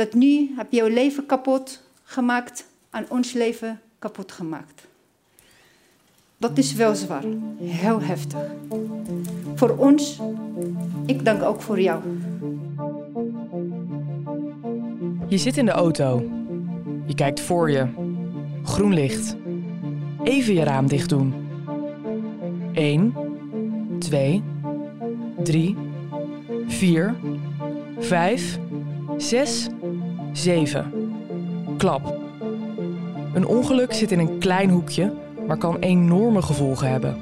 Dat nu heb je jouw leven kapot gemaakt en ons leven kapot gemaakt. Dat is wel zwaar. Heel heftig. Voor ons, ik denk ook voor jou. Je zit in de auto. Je kijkt voor je. Groen licht. Even je raam dicht doen. 1, 2, 3, 4, 5, 6, 7. Klap. Een ongeluk zit in een klein hoekje, maar kan enorme gevolgen hebben.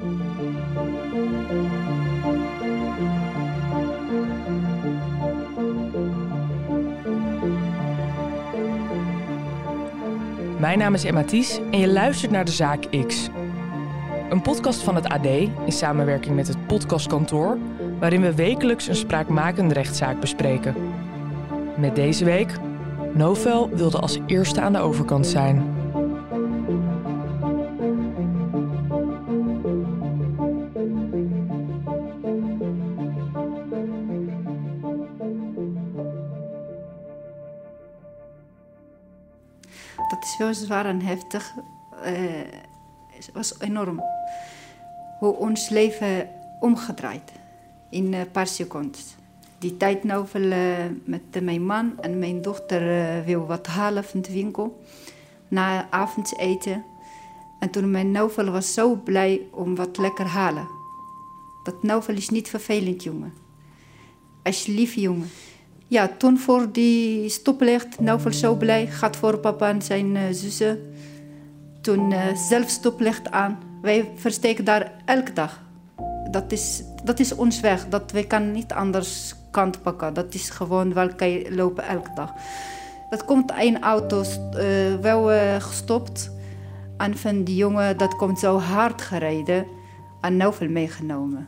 Mijn naam is Emma Ties en je luistert naar De Zaak X. Een podcast van het AD in samenwerking met het Podcastkantoor, waarin we wekelijks een spraakmakende rechtszaak bespreken. Met deze week, Novel wilde als eerste aan de overkant zijn. Dat is wel zwaar en heftig. Het was enorm. Hoe ons leven omgedraaid in een paar seconden. Die tijd Novel met mijn man en mijn dochter wil wat halen van de winkel. Na avondeten. En toen mijn Novel was zo blij om wat lekker halen. Dat Novel is niet vervelend, jongen. Hij is lief, jongen. Ja, toen voor die stoplicht, Novel zo blij, gaat voor papa en zijn zussen. Toen zelf stoplicht aan. Wij versteken daar elke dag. Dat is ons weg. Wij kunnen niet anders kant pakken. Dat is gewoon welke lopen elke dag. Dat komt een auto wel gestopt. En van die jongen, dat komt zo hard gereden. En Novel meegenomen.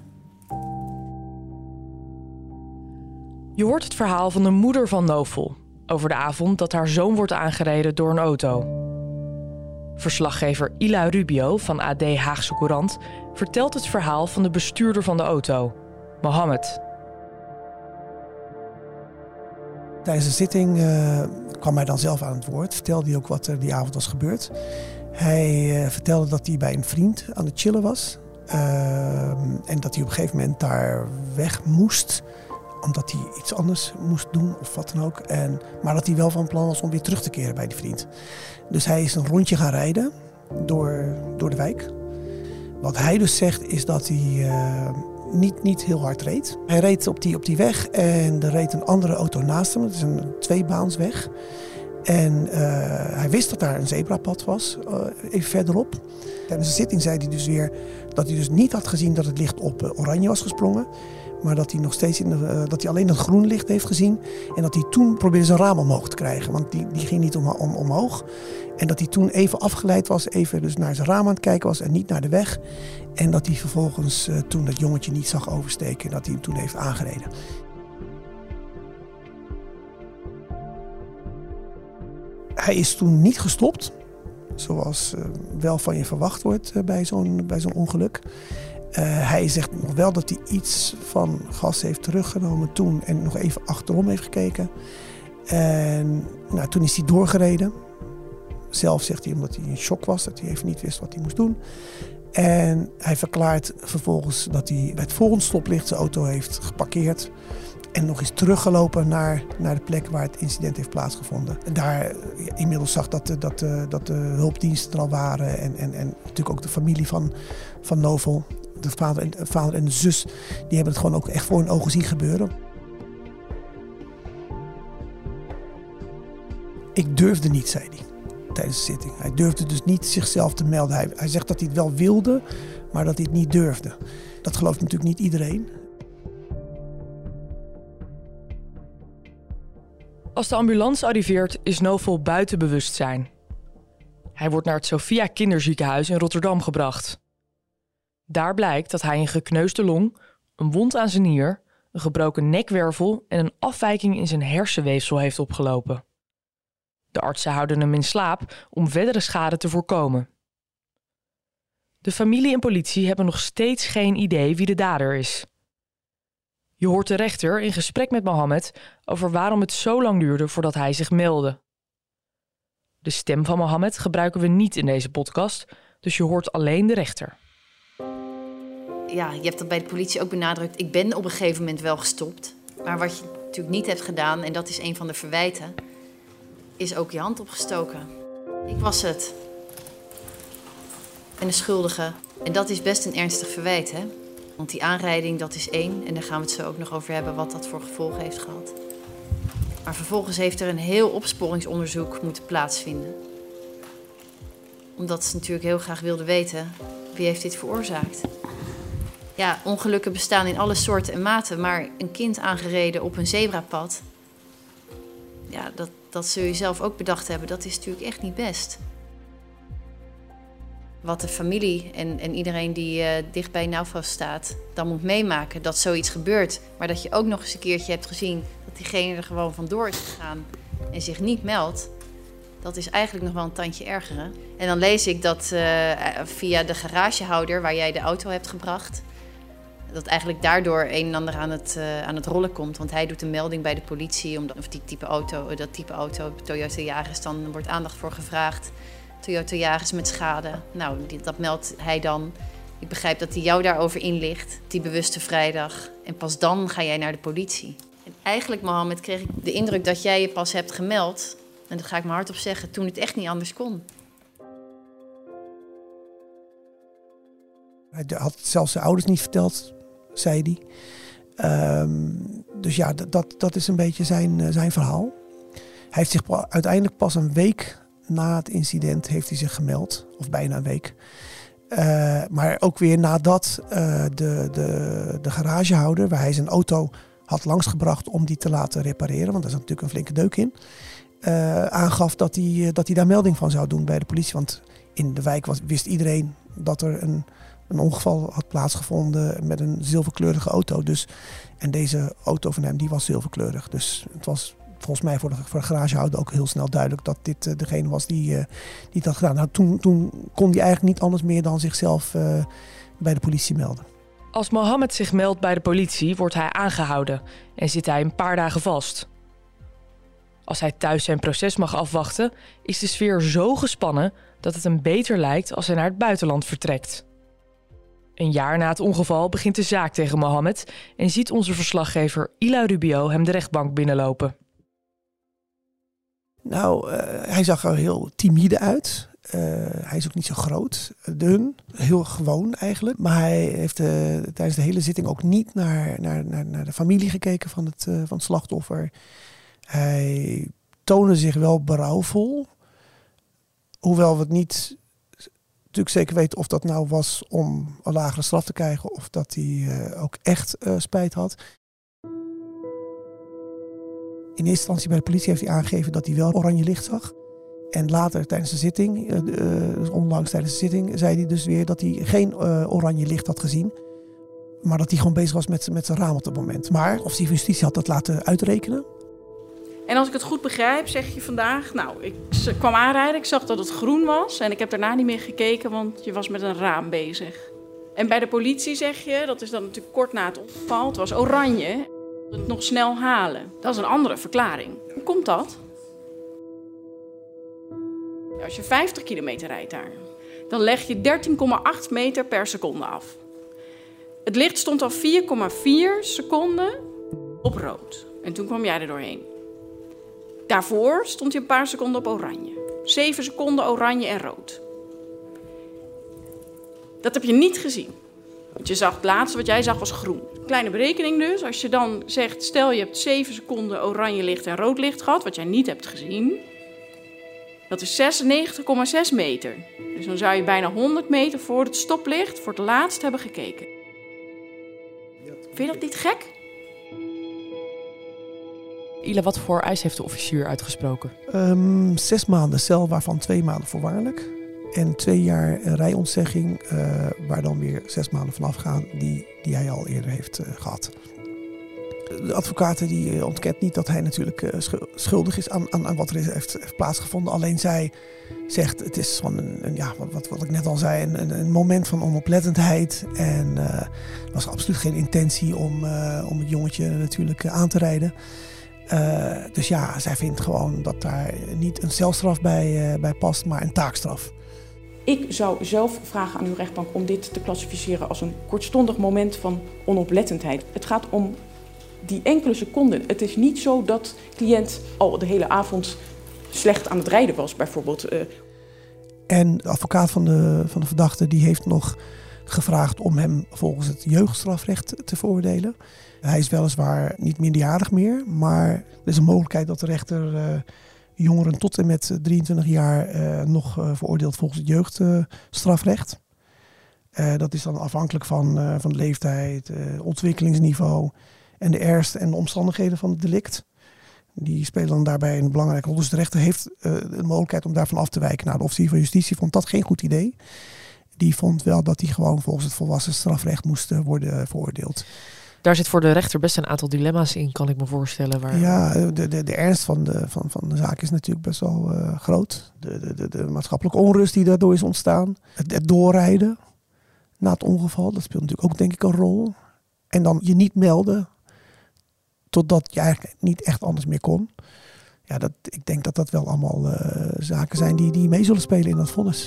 Je hoort het verhaal van de moeder van Novel over de avond dat haar zoon wordt aangereden door een auto. Verslaggever Ila Rubio van AD Haagse Courant vertelt het verhaal van de bestuurder van de auto, Mohammed. Tijdens de zitting kwam hij dan zelf aan het woord. Vertelde hij ook wat er die avond was gebeurd. Hij vertelde dat hij bij een vriend aan het chillen was. En dat hij op een gegeven moment daar weg moest, omdat hij iets anders moest doen of wat dan ook. Maar dat hij wel van plan was om weer terug te keren bij die vriend. Dus hij is een rondje gaan rijden door de wijk. Wat hij dus zegt is dat hij niet heel hard reed. Hij reed op die weg en er reed een andere auto naast hem. Het is een tweebaansweg. En hij wist dat daar een zebrapad was, even verderop. Tijdens de zitting zei hij dus weer dat hij dus niet had gezien dat het licht op oranje was gesprongen. Maar dat hij nog steeds dat hij alleen het groen licht heeft gezien. En dat hij toen probeerde zijn raam omhoog te krijgen. Want die ging niet omhoog. En dat hij toen even afgeleid was. Even dus naar zijn raam aan het kijken was en niet naar de weg. En dat hij vervolgens toen dat jongetje niet zag oversteken. Dat hij hem toen heeft aangereden. Hij is toen niet gestopt. Zoals wel van je verwacht wordt bij zo'n ongeluk. Hij zegt nog wel dat hij iets van gas heeft teruggenomen toen en nog even achterom heeft gekeken. En toen is hij doorgereden. Zelf zegt hij omdat hij in shock was, dat hij even niet wist wat hij moest doen. En hij verklaart vervolgens dat hij bij het volgende stoplicht zijn auto heeft geparkeerd. En nog eens teruggelopen naar de plek waar het incident heeft plaatsgevonden. En daar inmiddels zag dat de hulpdiensten er al waren. En natuurlijk ook de familie van Novel. De vader en de zus, die hebben het gewoon ook echt voor hun ogen zien gebeuren. Ik durfde niet, zei hij tijdens de zitting. Hij durfde dus niet zichzelf te melden. Hij zegt dat hij het wel wilde, maar dat hij het niet durfde. Dat gelooft natuurlijk niet iedereen. Als de ambulance arriveert, is Novel buiten bewustzijn. Hij wordt naar het Sophia Kinderziekenhuis in Rotterdam gebracht. Daar blijkt dat hij een gekneusde long, een wond aan zijn nier, een gebroken nekwervel en een afwijking in zijn hersenweefsel heeft opgelopen. De artsen houden hem in slaap om verdere schade te voorkomen. De familie en politie hebben nog steeds geen idee wie de dader is. Je hoort de rechter in gesprek met Mohammed over waarom het zo lang duurde voordat hij zich meldde. De stem van Mohammed gebruiken we niet in deze podcast, dus je hoort alleen de rechter. Ja, je hebt dat bij de politie ook benadrukt. Ik ben op een gegeven moment wel gestopt. Maar wat je natuurlijk niet hebt gedaan, en dat is een van de verwijten, is ook je hand opgestoken. Ik was het. En de schuldige. En dat is best een ernstig verwijt, hè? Want die aanrijding, dat is 1. En daar gaan we het zo ook nog over hebben wat dat voor gevolgen heeft gehad. Maar vervolgens heeft er een heel opsporingsonderzoek moeten plaatsvinden. Omdat ze natuurlijk heel graag wilden weten, wie heeft dit veroorzaakt? Ja, ongelukken bestaan in alle soorten en maten, maar een kind aangereden op een zebrapad, ja, dat zul je zelf ook bedacht hebben, dat is natuurlijk echt niet best. Wat de familie en iedereen die dicht bij Naufal staat, dan moet meemaken dat zoiets gebeurt. Maar dat je ook nog eens een keertje hebt gezien dat diegene er gewoon vandoor is gegaan en zich niet meldt. Dat is eigenlijk nog wel een tandje erger. Hè? En dan lees ik dat via de garagehouder waar jij de auto hebt gebracht, dat eigenlijk daardoor een en ander aan het rollen komt. Want hij doet een melding bij de politie omdat of dat type auto, Toyota Yaris, dan wordt aandacht voor gevraagd. Toyota Yaris met schade. Nou, dat meldt hij dan. Ik begrijp dat hij jou daarover inlicht, die bewuste vrijdag. En pas dan ga jij naar de politie. En eigenlijk, Mohammed, kreeg ik de indruk dat jij je pas hebt gemeld, en dat ga ik maar hardop zeggen, toen het echt niet anders kon. Hij had zelfs zijn ouders niet verteld, zei hij. Dus ja, dat is een beetje zijn verhaal. Hij heeft zich uiteindelijk pas een week na het incident heeft hij zich gemeld. Of bijna een week. Maar ook weer nadat de garagehouder, waar hij zijn auto had langsgebracht om die te laten repareren, want daar zat natuurlijk een flinke deuk in, aangaf dat hij daar melding van zou doen bij de politie. Want in de wijk wist iedereen dat er een ongeval had plaatsgevonden met een zilverkleurige auto. En deze auto van hem, die was zilverkleurig. Dus het was volgens mij voor de garagehouder ook heel snel duidelijk dat dit degene was die het had gedaan. Nou, toen kon hij eigenlijk niet anders meer dan zichzelf bij de politie melden. Als Mohammed zich meldt bij de politie, wordt hij aangehouden en zit hij een paar dagen vast. Als hij thuis zijn proces mag afwachten, is de sfeer zo gespannen dat het hem beter lijkt als hij naar het buitenland vertrekt. Een jaar na het ongeval begint de zaak tegen Mohammed en ziet onze verslaggever Ila Rubio hem de rechtbank binnenlopen. Nou, hij zag er heel timide uit. Hij is ook niet zo groot, dun, heel gewoon eigenlijk. Maar hij heeft tijdens de hele zitting ook niet naar de familie gekeken van het slachtoffer. Hij toonde zich wel berouwvol. Hoewel we het niet natuurlijk zeker weten of dat nou was om een lagere straf te krijgen of dat hij ook echt spijt had. In eerste instantie bij de politie heeft hij aangegeven dat hij wel oranje licht zag. En later tijdens de zitting, dus onlangs tijdens de zitting, zei hij dus weer dat hij geen oranje licht had gezien. Maar dat hij gewoon bezig was met zijn raam op dat moment. Maar of hij justitie had dat laten uitrekenen. En als ik het goed begrijp, zeg je vandaag, nou, ik kwam aanrijden, ik zag dat het groen was. En ik heb daarna niet meer gekeken, want je was met een raam bezig. En bij de politie zeg je, dat is dan natuurlijk kort na het ongeval, het was oranje. Het nog snel halen. Dat is een andere verklaring. Hoe komt dat? Ja, als je 50 kilometer rijdt daar, dan leg je 13,8 meter per seconde af. Het licht stond al 4,4 seconden op rood. En toen kwam jij er doorheen. Daarvoor stond je een paar seconden op oranje. 7 seconden oranje en rood. Dat heb je niet gezien. Want je zag het laatste wat jij zag was groen. Kleine berekening dus. Als je dan zegt, stel je hebt 7 seconden oranje licht en rood licht gehad, wat jij niet hebt gezien. Dat is 96,6 meter. Dus dan zou je bijna 100 meter voor het stoplicht voor het laatst hebben gekeken. Vind je dat niet gek? Ila, wat voor eis heeft de officier uitgesproken? 6 maanden cel, waarvan 2 maanden voorwaardelijk. En 2 jaar rijontzegging, waar dan weer 6 maanden vanaf gaan, die hij al eerder heeft gehad. De advocaat die ontkent niet dat hij natuurlijk schuldig is aan wat er heeft plaatsgevonden. Alleen zij zegt, het is gewoon wat ik net al zei, een moment van onoplettendheid. En er was absoluut geen intentie om het jongetje natuurlijk aan te rijden. Dus ja, zij vindt gewoon dat daar niet een celstraf bij past, maar een taakstraf. Ik zou zelf vragen aan uw rechtbank om dit te klassificeren als een kortstondig moment van onoplettendheid. Het gaat om die enkele seconden. Het is niet zo dat de cliënt al de hele avond slecht aan het rijden was, bijvoorbeeld. En de advocaat van de verdachte die heeft nog gevraagd om hem volgens het jeugdstrafrecht te veroordelen. Hij is weliswaar niet minderjarig meer, maar er is een mogelijkheid dat de rechter jongeren tot en met 23 jaar nog veroordeelt volgens het jeugdstrafrecht. Dat is dan afhankelijk van de leeftijd, ontwikkelingsniveau en de ernst en de omstandigheden van het delict. Die spelen dan daarbij een belangrijke rol. Dus de rechter heeft de mogelijkheid om daarvan af te wijken. Nou, de officier van justitie vond dat geen goed idee. Die vond wel dat hij gewoon volgens het volwassen strafrecht moest worden veroordeeld. Daar zit voor de rechter best een aantal dilemma's in, kan ik me voorstellen. Ja, de ernst van de zaak is natuurlijk best wel groot. De maatschappelijke onrust die daardoor is ontstaan. Het doorrijden na het ongeval, dat speelt natuurlijk ook denk ik een rol. En dan je niet melden totdat je eigenlijk niet echt anders meer kon. Ja, ik denk dat dat wel allemaal zaken zijn die mee zullen spelen in dat vonnis.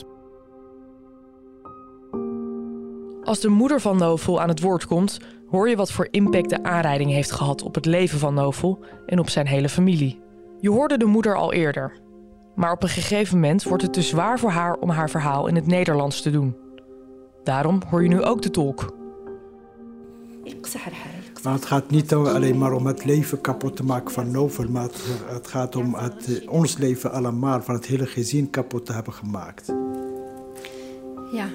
Als de moeder van Novel aan het woord komt, hoor je wat voor impact de aanrijding heeft gehad op het leven van Novel en op zijn hele familie. Je hoorde de moeder al eerder. Maar op een gegeven moment wordt het te zwaar voor haar om haar verhaal in het Nederlands te doen. Daarom hoor je nu ook de tolk. Maar het gaat niet alleen maar om het leven kapot te maken van Novel, maar het gaat om ons leven allemaal, van het hele gezin kapot te hebben gemaakt. Ja,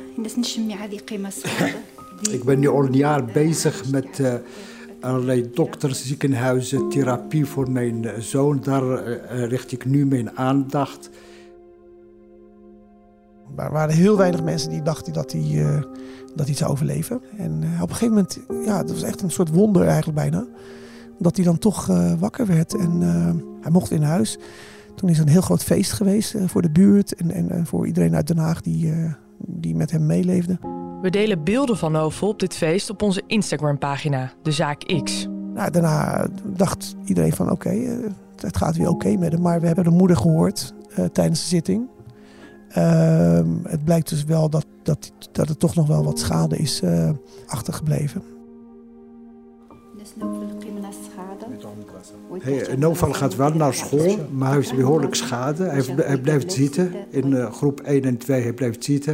Ik ben nu al een jaar bezig met allerlei dokters, ziekenhuizen, therapie voor mijn zoon. Daar richt ik nu mijn aandacht. Er waren heel weinig mensen die dachten dat hij zou overleven. En op een gegeven moment, ja, dat was echt een soort wonder eigenlijk bijna. Dat hij dan toch wakker werd en hij mocht in huis. Toen is er een heel groot feest geweest voor de buurt en voor iedereen uit Den Haag die met hem meeleefde. We delen beelden van Novel op dit feest op onze Instagram-pagina, De Zaak X. Nou, daarna dacht iedereen van oké, het gaat weer oké met hem. Maar we hebben de moeder gehoord tijdens de zitting. Het blijkt dus wel dat er toch nog wel wat schade is achtergebleven. Novel gaat wel naar school, maar hij heeft behoorlijk schade. Hij blijft zitten in groep 1 en 2. Hij blijft zitten.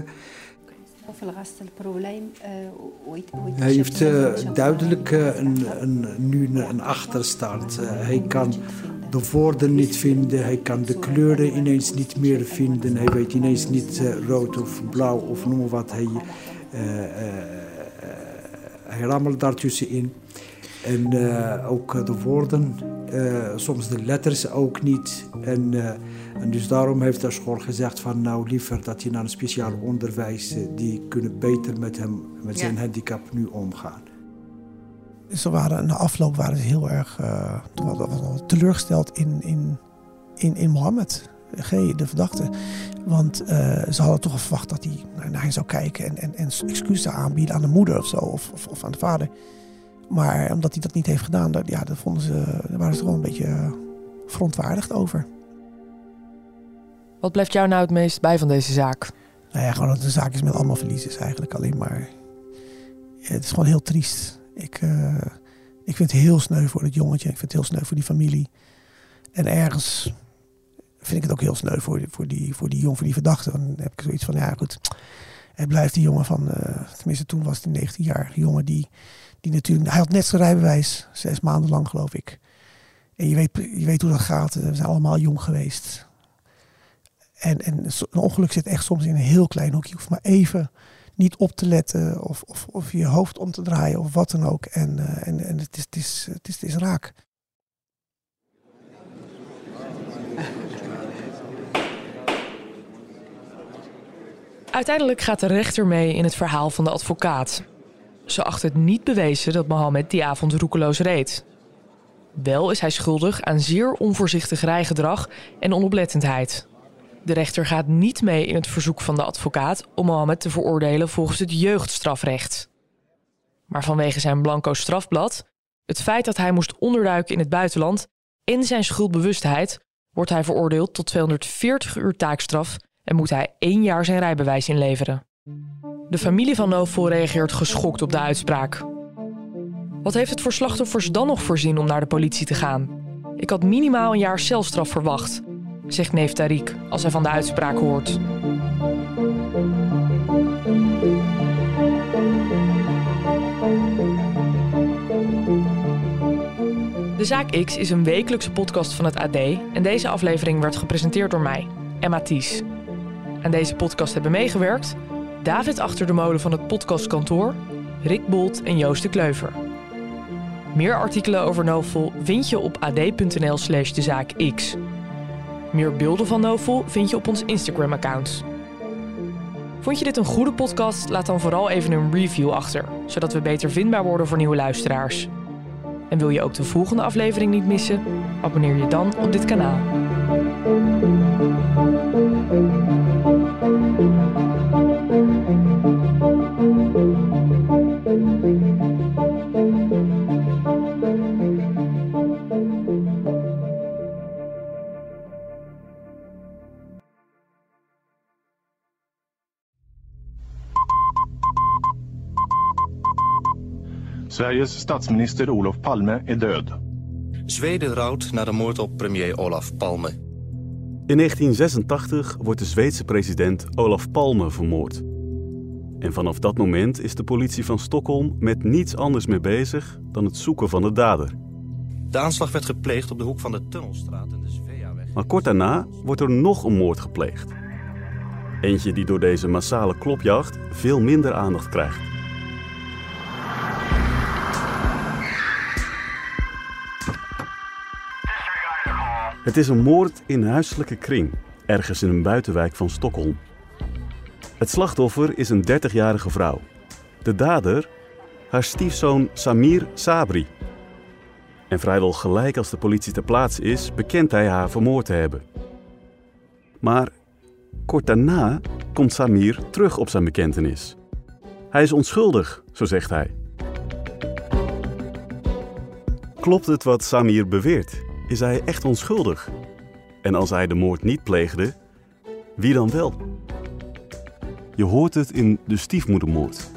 Hij heeft duidelijk nu een achterstand. Hij kan de woorden niet vinden, hij kan de kleuren ineens niet meer vinden. Hij weet ineens niet rood of blauw of noem wat. Hij rammelt daartussenin. En ook de woorden, soms de letters ook niet. En dus daarom heeft de school gezegd van nou liever dat hij naar een speciaal onderwijs, die kunnen beter met hem, met zijn handicap nu omgaan. Ze waren na afloop heel erg teleurgesteld in Mohammed G., de verdachte. Want ze hadden toch verwacht dat hij naar hen zou kijken en excuses zou aanbieden aan de moeder of zo, of aan de vader. Maar omdat hij dat niet heeft gedaan, daar waren ze gewoon een beetje verontwaardigd over. Wat blijft jou nou het meest bij van deze zaak? Nou ja, gewoon dat de zaak is met allemaal verliezers eigenlijk alleen maar. Ja, het is gewoon heel triest. Ik vind het heel sneu voor het jongetje. Ik vind het heel sneu voor die familie. En ergens vind ik het ook heel sneu voor die verdachte. Dan heb ik zoiets van, ja goed, het blijft die jongen van, tenminste toen was het een 19-jarige jongen die natuurlijk, hij had net zijn rijbewijs, 6 maanden lang geloof ik. En je weet hoe dat gaat. We zijn allemaal jong geweest. En een ongeluk zit echt soms in een heel klein hoekje. Je hoeft maar even niet op te letten of je hoofd om te draaien of wat dan ook. En het is raak. Uiteindelijk gaat de rechter mee in het verhaal van de advocaat. Ze acht het niet bewezen dat Mohammed die avond roekeloos reed. Wel is hij schuldig aan zeer onvoorzichtig rijgedrag en onoplettendheid. De rechter gaat niet mee in het verzoek van de advocaat om Mohammed te veroordelen volgens het jeugdstrafrecht. Maar vanwege zijn blanco strafblad, het feit dat hij moest onderduiken in het buitenland en zijn schuldbewustheid, wordt hij veroordeeld tot 240 uur taakstraf en moet hij 1 jaar zijn rijbewijs inleveren. De familie van Nofel reageert geschokt op de uitspraak. Wat heeft het voor slachtoffers dan nog voor zin om naar de politie te gaan? Ik had minimaal 1 jaar celstraf verwacht, zegt neef Tariq als hij van de uitspraak hoort. De Zaak X is een wekelijkse podcast van het AD en deze aflevering werd gepresenteerd door mij, Emma Thies. Aan deze podcast hebben meegewerkt David Achterdemolen van het podcastkantoor, Rick Bolt en Joost de Kleuver. Meer artikelen over Nofel vind je op ad.nl/dezaakx. Meer beelden van Nofel vind je op ons Instagram-account. Vond je dit een goede podcast? Laat dan vooral even een review achter, zodat we beter vindbaar worden voor nieuwe luisteraars. En wil je ook de volgende aflevering niet missen? Abonneer je dan op dit kanaal. Sveriges statsminister Olof Palme är död. Zweden rouwt na de moord op premier Olof Palme. In 1986 wordt de Zweedse president Olof Palme vermoord. En vanaf dat moment is de politie van Stockholm met niets anders meer bezig dan het zoeken van de dader. De aanslag werd gepleegd op de hoek van de Tunnelstraat en de Sveaweg. Maar kort daarna wordt er nog een moord gepleegd. Eentje die door deze massale klopjacht veel minder aandacht krijgt. Het is een moord in huiselijke kring, ergens in een buitenwijk van Stockholm. Het slachtoffer is een 30-jarige vrouw. De dader, haar stiefzoon Samir Sabri. En vrijwel gelijk als de politie ter plaatse is, bekent hij haar vermoord te hebben. Maar kort daarna komt Samir terug op zijn bekentenis. Hij is onschuldig, zo zegt hij. Klopt het wat Samir beweert? Is hij echt onschuldig? En als hij de moord niet pleegde, wie dan wel? Je hoort het in De Stiefmoedermoord.